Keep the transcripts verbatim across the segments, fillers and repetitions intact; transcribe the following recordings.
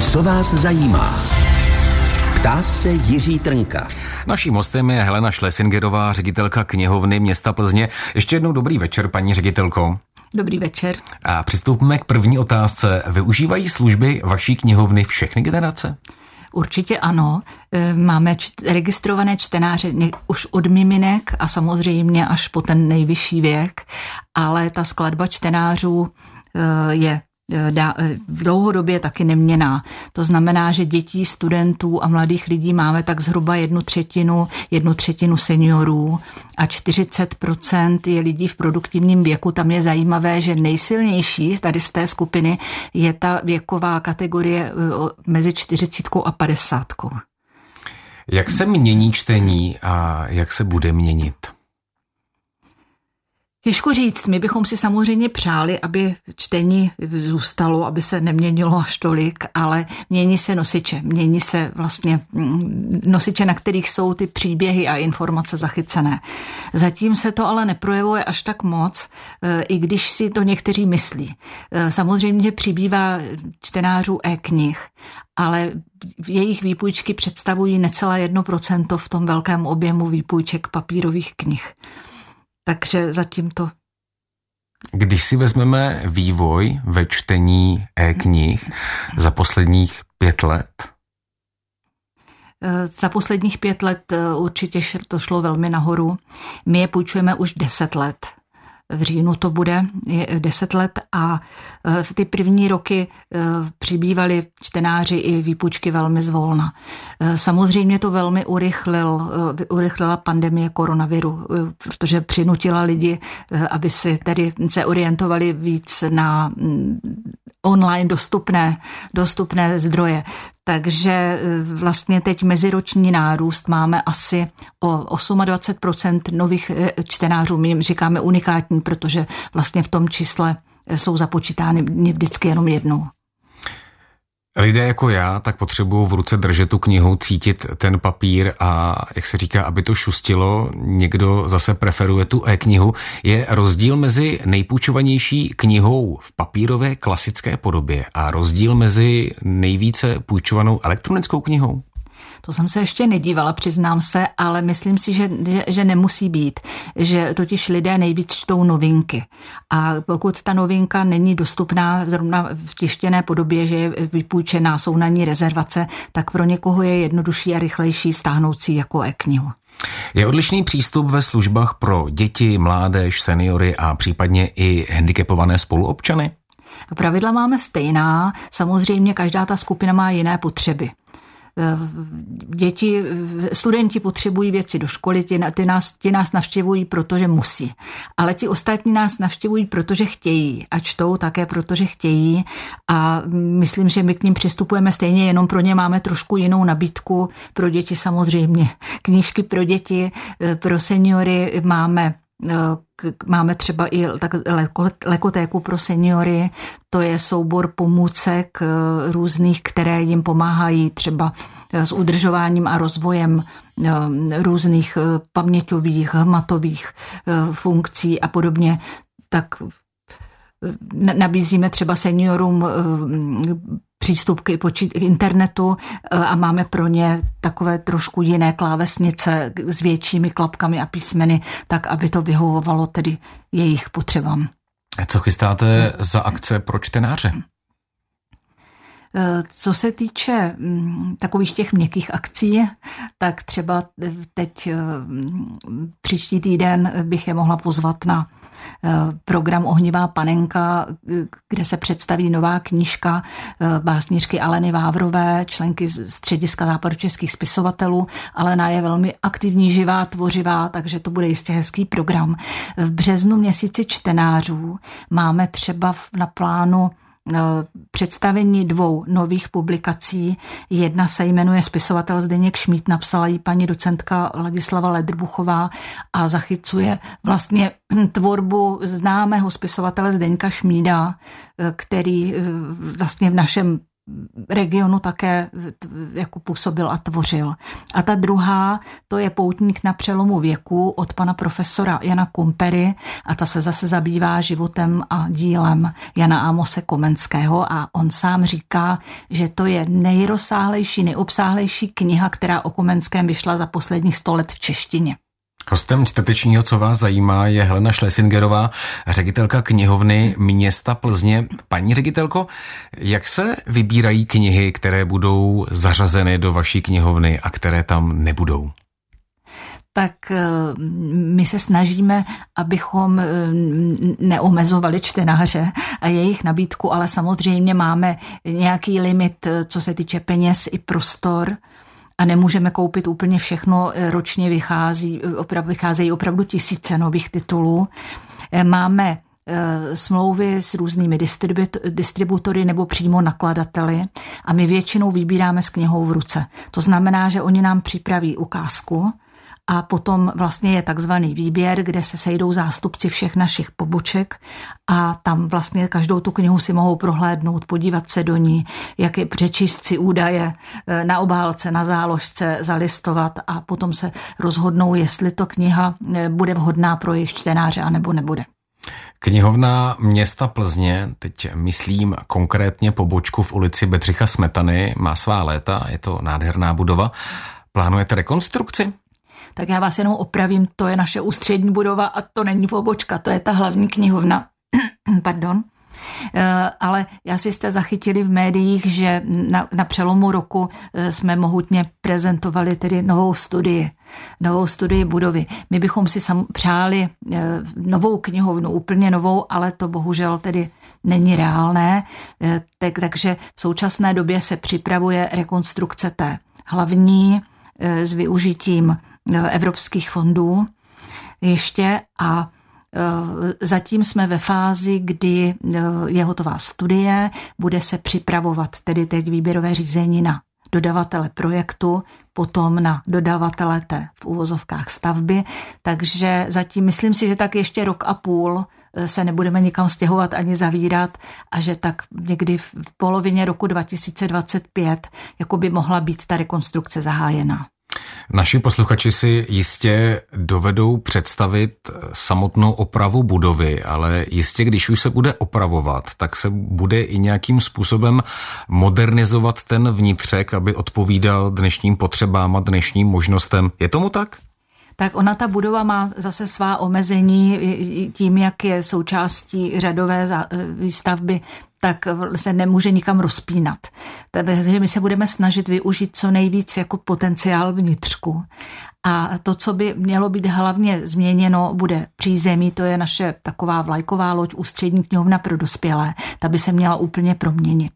Co vás zajímá? Ptá se Jiří Trnka. Naším hostem je Helena Schlesingerová, ředitelka knihovny města Plzně. Ještě jednou dobrý večer, paní ředitelko. Dobrý večer. A přistoupíme k první otázce. Využívají služby vaší knihovny všechny generace? Určitě ano. Máme čt- registrované čtenáře už od miminek a samozřejmě až po ten nejvyšší věk, ale ta skladba čtenářů je v dlouhodobě taky neměnná. To znamená, že dětí, studentů a mladých lidí máme tak zhruba jednu třetinu, jednu třetinu seniorů a čtyřicet procent je lidí v produktivním věku. Tam je zajímavé, že nejsilnější tady z té skupiny je ta věková kategorie mezi čtyřicítkou a padesátkou. Jak se mění čtení a jak se bude měnit? Těžko říct, my bychom si samozřejmě přáli, aby čtení zůstalo, aby se neměnilo až tolik, ale mění se nosiče, mění se vlastně nosiče, na kterých jsou ty příběhy a informace zachycené. Zatím se to ale neprojevuje až tak moc, i když si to někteří myslí. Samozřejmě přibývá čtenářů e-knih, ale jejich výpůjčky představují necelé jedno procento v tom velkém objemu výpůjček papírových knih. Takže zatím to... Když si vezmeme vývoj ve čtení e-knih za posledních pět let? Za posledních pět let určitě to šlo velmi nahoru. My je půjčujeme už deset let. V říjnu to bude deset let a v ty první roky přibývali čtenáři i výpůjčky velmi zvolna. Samozřejmě to velmi urychlil, urychlila pandemie koronaviru, protože přinutila lidi, aby si tedy se orientovali víc na online dostupné, dostupné zdroje. Takže vlastně teď meziroční nárůst máme asi o dvacet osm procent nových čtenářů. My jim říkáme unikátní, protože vlastně v tom čísle jsou započítány vždycky jenom jednou. Lidé jako já tak potřebují v ruce držet tu knihu, cítit ten papír a, jak se říká, aby to šustilo. Někdo zase preferuje tu e-knihu. Je rozdíl mezi nejpůjčovanější knihou v papírové klasické podobě a rozdíl mezi nejvíce půjčovanou elektronickou knihou? To jsem se ještě nedívala, přiznám se, ale myslím si, že, že, že nemusí být, že totiž lidé nejvíc čtou novinky. A pokud ta novinka není dostupná zrovna v tištěné podobě, že je vypůjčená, jsou na ní rezervace, tak pro někoho je jednodušší a rychlejší stáhnout si jako e-knihu. Je odlišný přístup ve službách pro děti, mládež, seniory a případně i handicapované spoluobčany? Pravidla máme stejná, samozřejmě každá ta skupina má jiné potřeby. Děti, studenti potřebují věci do školy, ti, ty nás, ti nás navštěvují, protože musí. Ale ti ostatní nás navštěvují, protože chtějí a čtou také, protože chtějí a myslím, že my k ním přistupujeme stejně, jenom pro ně máme trošku jinou nabídku, pro děti samozřejmě. Knížky pro děti, pro seniory máme Máme třeba i tak lekotéku pro seniory, to je soubor pomůcek různých, které jim pomáhají třeba s udržováním a rozvojem různých paměťových, hmatových funkcí a podobně. Tak nabízíme třeba seniorům přístup k internetu a máme pro ně takové trošku jiné klávesnice s většími klapkami a písmeny, tak aby to vyhovovalo tedy jejich potřebám. Co chystáte za akce pro čtenáře? Co se týče takových těch měkkých akcí, tak třeba teď příští týden bych je mohla pozvat na program Ohnivá panenka, kde se představí nová knížka básnířky Aleny Vávrové, členky střediska západočeských spisovatelů. Alena je velmi aktivní, živá, tvořivá, takže to bude jistě hezký program. V březnu měsíci čtenářů máme třeba na plánu představení dvou nových publikací. Jedna se jmenuje Spisovatel Zdeněk Šmíd, napsala ji paní docentka Ladislava Ledrbuchová a zachycuje vlastně tvorbu známého spisovatele Zdeňka Šmída, který vlastně v našem regionu také jako působil a tvořil. A ta druhá, to je Poutník na přelomu věku od pana profesora Jana Kumpery a ta se zase zabývá životem a dílem Jana Amose Komenského a on sám říká, že to je nejrozsáhlejší, nejobsáhlejší kniha, která o Komenském vyšla za posledních sto let v češtině. Hostem čtvrtečního Co vás zajímá je Helena Schlesingerová, ředitelka knihovny města Plzně. Paní ředitelko, jak se vybírají knihy, které budou zařazeny do vaší knihovny a které tam nebudou? Tak my se snažíme, abychom neomezovali čtenáře a jejich nabídku, ale samozřejmě máme nějaký limit, co se týče peněz i prostor, a nemůžeme koupit úplně všechno, ročně vychází, opravdu, vycházejí opravdu tisíce nových titulů. Máme smlouvy s různými distributory nebo přímo nakladateli a my většinou vybíráme s knihou v ruce. To znamená, že oni nám připraví ukázku a potom vlastně je takzvaný výběr, kde se sejdou zástupci všech našich poboček a tam vlastně každou tu knihu si mohou prohlédnout, podívat se do ní, jak je přečíst si údaje na obálce, na záložce, zalistovat a potom se rozhodnou, jestli to kniha bude vhodná pro jejich čtenáře anebo nebude. Knihovna města Plzně, teď myslím konkrétně pobočku v ulici Bedřicha Smetany, má svá léta, je to nádherná budova. Plánujete rekonstrukci? Tak já vás jenom opravím, to je naše ústřední budova a to není pobočka, to je ta hlavní knihovna. Pardon. Ale já si jste zachytili v médiích, že na, na přelomu roku jsme mohutně prezentovali tedy novou studii, novou studii budovy. My bychom si sam přáli novou knihovnu, úplně novou, ale to bohužel tedy není reálné, tak, takže v současné době se připravuje rekonstrukce té hlavní s využitím evropských fondů ještě a zatím jsme ve fázi, kdy je hotová studie, bude se připravovat tedy teď výběrové řízení na dodavatele projektu, potom na dodavatele té v uvozovkách stavby, takže zatím myslím si, že tak ještě rok a půl se nebudeme nikam stěhovat ani zavírat a že tak někdy v polovině roku dva tisíce dvacet pět jako by mohla být ta rekonstrukce zahájena. Naši posluchači si jistě dovedou představit samotnou opravu budovy, ale jistě, když už se bude opravovat, tak se bude i nějakým způsobem modernizovat ten vnitřek, aby odpovídal dnešním potřebám a dnešním možnostem. Je tomu tak? Tak ona ta budova má zase svá omezení tím, jak je součástí řadové výstavby, tak se nemůže nikam rozpínat. Takže my se budeme snažit využít co nejvíc jako potenciál vnitřku. A to, co by mělo být hlavně změněno, bude přízemí, to je naše taková vlajková loď ústřední knihovna pro dospělé. Ta by se měla úplně proměnit.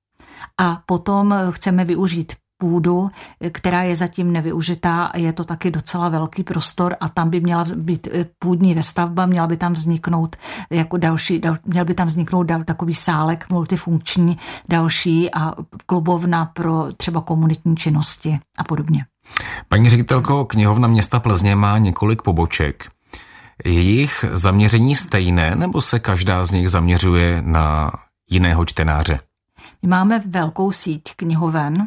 A potom chceme využít půdu, která je zatím nevyužitá, je to taky docela velký prostor a tam by měla být půdní vestavba, měla by tam vzniknout jako další, dal, měl by tam vzniknout dal, takový sálek multifunkční další a klubovna pro třeba komunitní činnosti a podobně. Paní ředitelko, knihovna města Plzně má několik poboček. Je jejich zaměření stejné, nebo se každá z nich zaměřuje na jiného čtenáře? My máme velkou síť knihoven,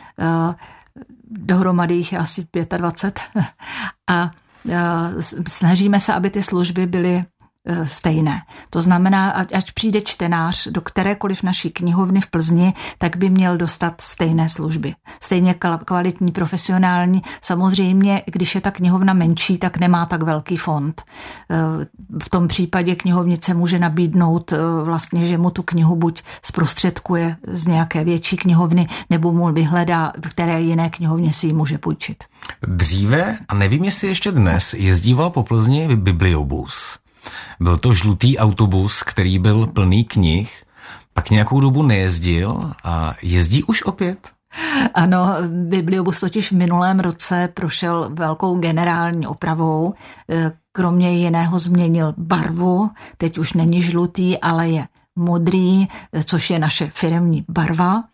dohromady jich je asi dvacet pět a snažíme se, aby ty služby byly stejné. To znamená, ať přijde čtenář do kterékoliv naší knihovny v Plzni, tak by měl dostat stejné služby. Stejně kvalitní, profesionální. Samozřejmě, když je ta knihovna menší, tak nemá tak velký fond. V tom případě knihovnice může nabídnout vlastně, že mu tu knihu buď zprostředkuje z nějaké větší knihovny, nebo mu vyhledá, v které jiné knihovně si ji může půjčit. Dříve, a nevím, jestli ještě dnes, jezdíval po Plzni bibliobus. Byl to žlutý autobus, který byl plný knih, pak nějakou dobu nejezdil a jezdí už opět? Ano, bibliobus totiž v minulém roce prošel velkou generální opravou, kromě jiného změnil barvu, teď už není žlutý, ale je modrý, což je naše firemní barva.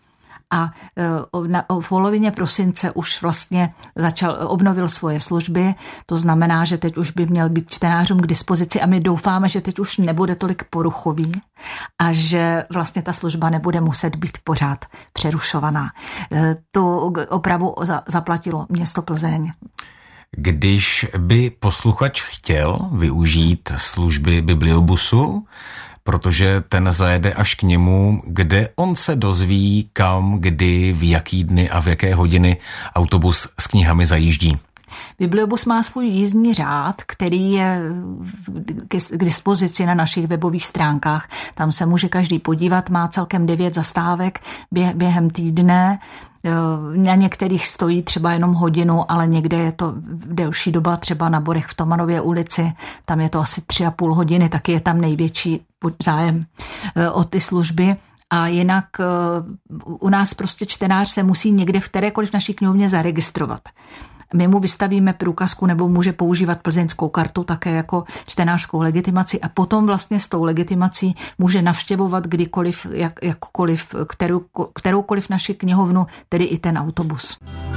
a v polovině prosince už vlastně začal, obnovil svoje služby, to znamená, že teď už by měl být čtenářům k dispozici a my doufáme, že teď už nebude tolik poruchový a že vlastně ta služba nebude muset být pořád přerušovaná. Tu opravu zaplatilo město Plzeň. Když by posluchač chtěl využít služby bibliobusu, protože ten zajede až k němu, kde on se dozví, kam, kdy, v jaký dny a v jaké hodiny autobus s knihami zajíždí. Bibliobus má svůj jízdní řád, který je k dispozici na našich webových stránkách. Tam se může každý podívat, má celkem devět zastávek během týdne. Na některých stojí třeba jenom hodinu, ale někde je to delší doba, třeba na Borech v Tomanově ulici, tam je to asi tři a půl hodiny, taky je tam největší zájem o ty služby. A jinak u nás prostě čtenář se musí někde v kterékoliv naší knihovně zaregistrovat. My mu vystavíme průkazku nebo může používat plzeňskou kartu také jako čtenářskou legitimaci a potom vlastně s tou legitimací může navštěvovat kdykoliv, jak, jakkoliv, kterou, kteroukoliv naši knihovnu, tedy i ten autobus.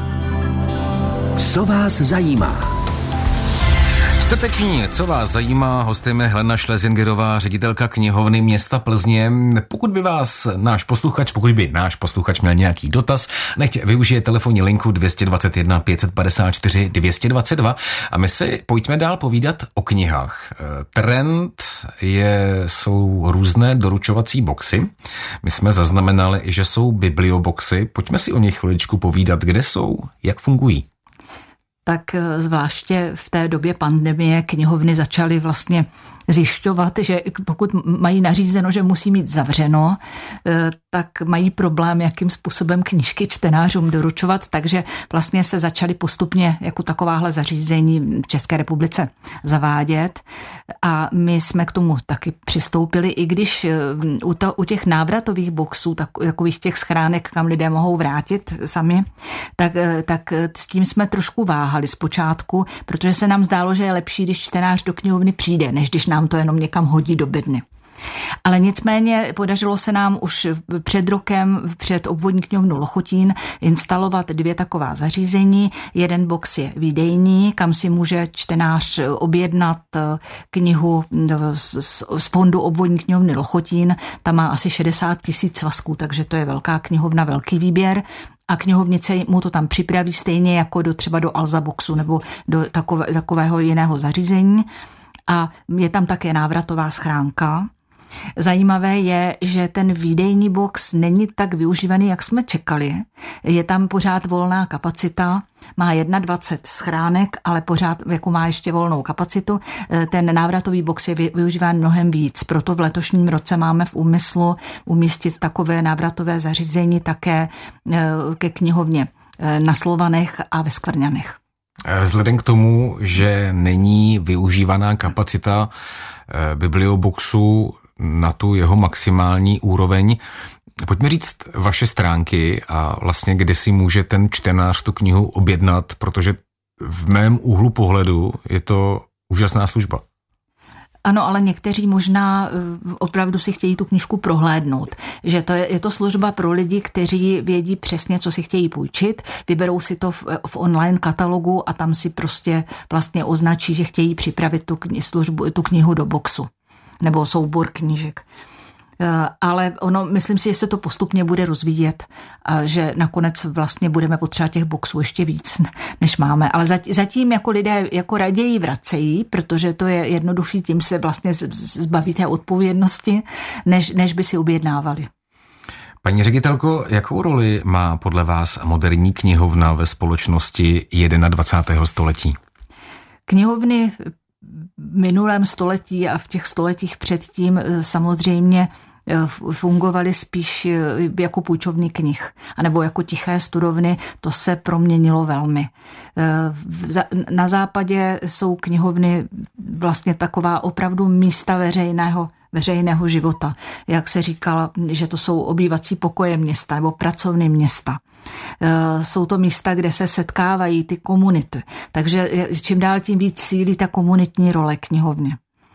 Co vás zajímá? Čtvrteční, co vás zajímá, hostem je Helena Schlesingerová, ředitelka knihovny města Plzně. Pokud by vás náš posluchač, pokud by náš posluchač měl nějaký dotaz, nechť využije telefonní linku dvě stě dvacet jedna pět set padesát čtyři dvě stě dvacet dva a my si pojďme dál povídat o knihách. Trend je, jsou různé doručovací boxy. My jsme zaznamenali, že jsou biblioboxy. Pojďme si o nich chviličku povídat, kde jsou, jak fungují. Tak zvláště v té době pandemie knihovny začaly vlastně zjišťovat, že pokud mají nařízeno, že musí mít zavřeno, tak mají problém, jakým způsobem knížky čtenářům doručovat, takže vlastně se začaly postupně jako takováhle zařízení v České republice zavádět a my jsme k tomu taky přistoupili, i když u, to, u těch návratových boxů, takových těch schránek, kam lidé mohou vrátit sami, tak, tak s tím jsme trošku váhali zpočátku, protože se nám zdálo, že je lepší, když čtenář do knihovny přijde, než když nám to jenom někam hodí do bedny. Ale nicméně podařilo se nám už před rokem před obvodní knihovnu Lochotín instalovat dvě taková zařízení. Jeden box je výdejní, kam si může čtenář objednat knihu z fondu obvodní knihovny Lochotín. Tam má asi šedesát tisíc svazků, takže to je velká knihovna, velký výběr. A knihovnice mu to tam připraví stejně jako do třeba do Alza boxu nebo do takové, takového jiného zařízení. A je tam také návratová schránka. Zajímavé je, že ten výdejní box není tak využívaný, jak jsme čekali. Je tam pořád volná kapacita, má dvacet jedna schránek, ale pořád jako má ještě volnou kapacitu. Ten návratový box je využíván mnohem víc, proto v letošním roce máme v úmyslu umístit takové návratové zařízení také ke knihovně na Slovanech a ve Skvrňanech. Vzhledem k tomu, že není využívaná kapacita biblioboxu na tu jeho maximální úroveň, pojďme říct vaše stránky a vlastně kde si může ten čtenář tu knihu objednat, protože v mém úhlu pohledu je to úžasná služba. Ano, ale někteří možná opravdu si chtějí tu knížku prohlédnout, že to je, je to služba pro lidi, kteří vědí přesně, co si chtějí půjčit, vyberou si to v, v online katalogu a tam si prostě vlastně označí, že chtějí připravit tu, kni, službu, tu knihu do boxu nebo soubor knížek. Ale ono, myslím si, že se to postupně bude rozvíjet, že nakonec vlastně budeme potřebovat těch boxů ještě víc, než máme. Ale zatím jako lidé jako raději vracejí, protože to je jednodušší, tím se vlastně zbaví té odpovědnosti, než, než by si objednávali. Paní ředitelko, jakou roli má podle vás moderní knihovna ve společnosti dvacátého prvního století? Knihovny v minulém století a v těch stoletích předtím samozřejmě fungovaly spíš jako půjčovny knih, anebo jako tiché studovny, to se proměnilo velmi. Na západě jsou knihovny vlastně taková opravdu místa veřejného veřejného života. Jak se říkalo, že to jsou obývací pokoje města nebo pracovny města. Jsou to místa, kde se setkávají ty komunity. Takže čím dál tím víc sílí ta komunitní role knihovny.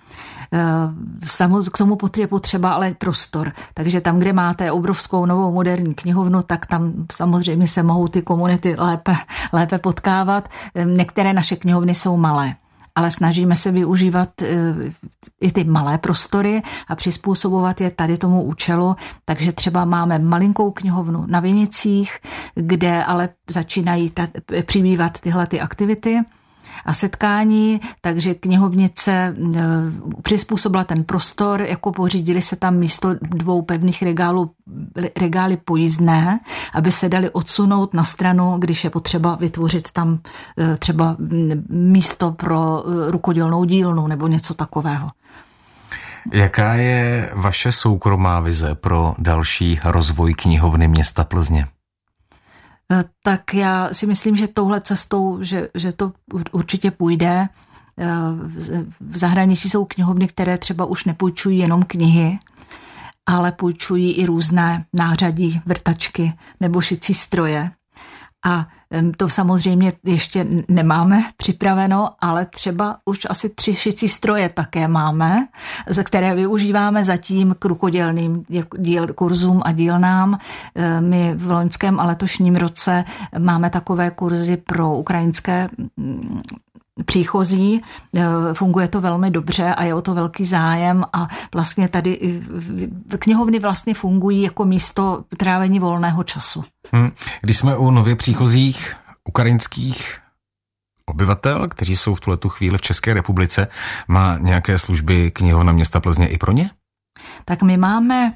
K tomu je potřeba ale prostor. Takže tam, kde máte obrovskou novou moderní knihovnu, tak tam samozřejmě se mohou ty komunity lépe, lépe potkávat. Některé naše knihovny jsou malé, ale snažíme se využívat i ty malé prostory a přizpůsobovat je tady tomu účelu. Takže třeba máme malinkou knihovnu na Vinicích, kde ale začínají ta, přibývat tyhle ty aktivity a setkání, takže knihovnice e, přizpůsobila ten prostor, jako pořídili se tam místo dvou pevných regálů, regály pojízdné, aby se dali odsunout na stranu, když je potřeba vytvořit tam e, třeba místo pro e, rukodělnou dílnu nebo něco takového. Jaká je vaše soukromá vize pro další rozvoj knihovny města Plzně? Tak já si myslím, že touhle cestou, že, že to určitě půjde. V zahraničí jsou knihovny, které třeba už nepůjčují jenom knihy, ale půjčují i různé nářadí, vrtačky nebo šicí stroje. A to samozřejmě ještě nemáme připraveno, ale třeba už asi tři šicí stroje také máme, za které využíváme zatím k rukodělným díl, kurzům a dílnám. My v loňském a letošním roce máme takové kurzy pro ukrajinské příchozí, funguje to velmi dobře a je o to velký zájem a vlastně tady knihovny vlastně fungují jako místo trávení volného času. Hmm. Když jsme u nově příchozích ukrajinských obyvatel, kteří jsou v tuhletu chvíli v České republice, má nějaké služby knihovna města Plzně i pro ně? Tak my máme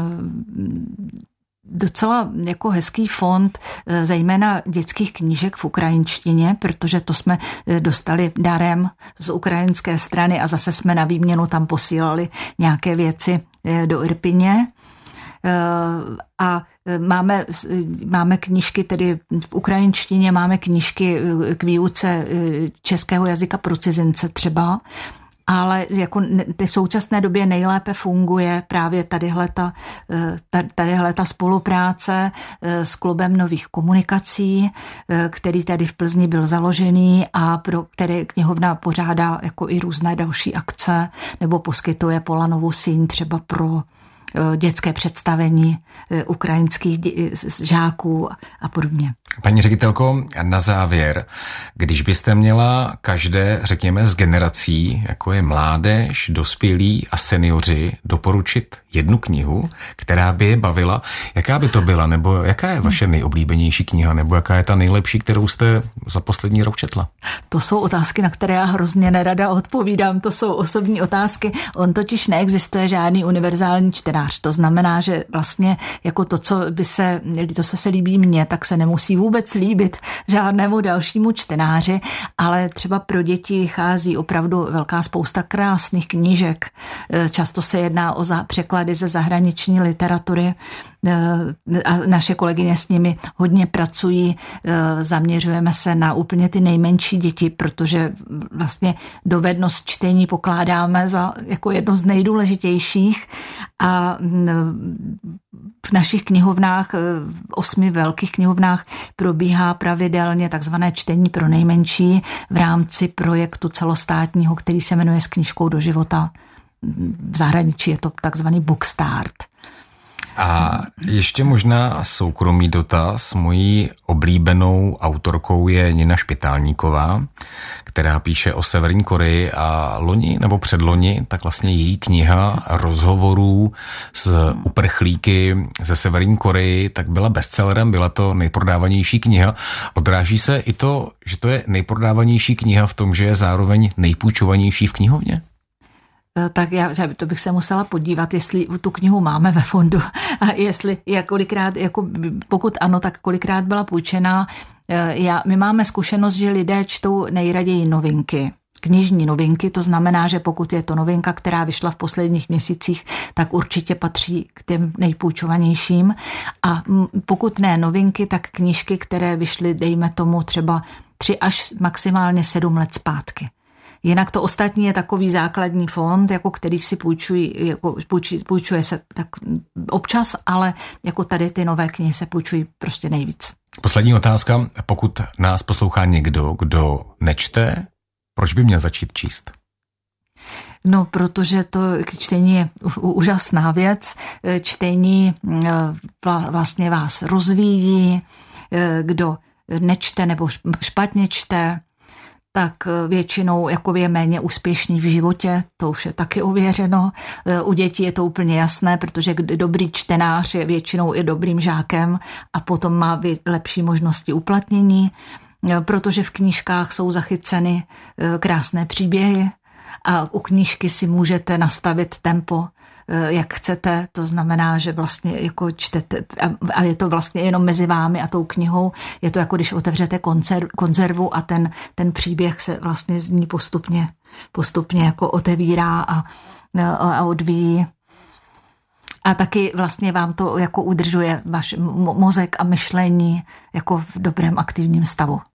docela jako hezký fond, zejména dětských knížek v ukrajinštině, protože to jsme dostali darem z ukrajinské strany a zase jsme na výměnu tam posílali nějaké věci do Irpině. A máme, máme knížky, tedy v ukrajinštině máme knížky k výuce českého jazyka pro cizince třeba, ale jako v současné době nejlépe funguje právě tadyhleta, tadyhleta spolupráce s Klubem nových komunikací, který tady v Plzni byl založený a pro který knihovna pořádá jako i různé další akce nebo poskytuje Polanovu síň třeba pro dětské představení ukrajinských žáků a podobně. Paní ředitelko, na závěr, když byste měla každé, řekněme, z generací, jako je mládež, dospělí a seniori, doporučit jednu knihu, která by je bavila, jaká by to byla, nebo jaká je vaše nejoblíbenější kniha, nebo jaká je ta nejlepší, kterou jste za poslední rok četla? To jsou otázky, na které já hrozně nerada odpovídám, to jsou osobní otázky. On totiž neexistuje žádný univerzální čtenář. To znamená, že vlastně jako to, co by se, to, co se líbí mně, tak se nemusí vůbec líbit žádnému dalšímu čtenáři, ale třeba pro děti vychází opravdu velká spousta krásných knížek. Často se jedná o překlady ze zahraniční literatury a naše kolegyně s nimi hodně pracují. Zaměřujeme se na úplně ty nejmenší děti, protože vlastně dovednost čtení pokládáme za jako jedno z nejdůležitějších a v našich knihovnách, v osmi velkých knihovnách probíhá pravidelně takzvané čtení pro nejmenší v rámci projektu celostátního, který se jmenuje S knížkou do života. V zahraničí je to takzvaný Book Start. A ještě možná soukromý dotaz. Mojí oblíbenou autorkou je Nina Špitálníková, která píše o Severní Koreji a loni nebo předloni, tak vlastně její kniha rozhovorů s uprchlíky ze Severní Koreji, tak byla bestsellerem, byla to nejprodávanější kniha. Odráží se i to, že to je nejprodávanější kniha v tom, že je zároveň nejpůjčovanější v knihovně? Tak já to bych se musela podívat, jestli tu knihu máme ve fondu a jestli jak kolikrát, jako pokud ano, tak kolikrát byla půjčená. Já, my máme zkušenost, že lidé čtou nejraději novinky. Knižní novinky, to znamená, že pokud je to novinka, která vyšla v posledních měsících, tak určitě patří k těm nejpůjčovanějším. A pokud ne novinky, tak knížky, které vyšly, dejme tomu třeba tři až maximálně sedm let zpátky. Jinak to ostatní je takový základní fond, jako který si půjčují, jako půjčuje, půjčuje se tak občas, ale jako tady ty nové knihy se půjčují prostě nejvíc. Poslední otázka. Pokud nás poslouchá někdo, kdo nečte, proč by měl začít číst? No, protože to čtení je úžasná věc. Čtení vlastně vás rozvíjí. Kdo nečte nebo špatně čte, tak většinou jako je méně úspěšný v životě, to už je taky ověřeno. U dětí je to úplně jasné, protože dobrý čtenář je většinou i dobrým žákem a potom má lepší možnosti uplatnění, protože v knížkách jsou zachyceny krásné příběhy a u knížky si můžete nastavit tempo, jak chcete, to znamená, že vlastně jako čtete a je to vlastně jenom mezi vámi a tou knihou, je to jako když otevřete konzervu a ten, ten příběh se vlastně z ní postupně, postupně jako otevírá a, a odvíjí. A taky vlastně vám to jako udržuje váš mozek a myšlení jako v dobrém aktivním stavu.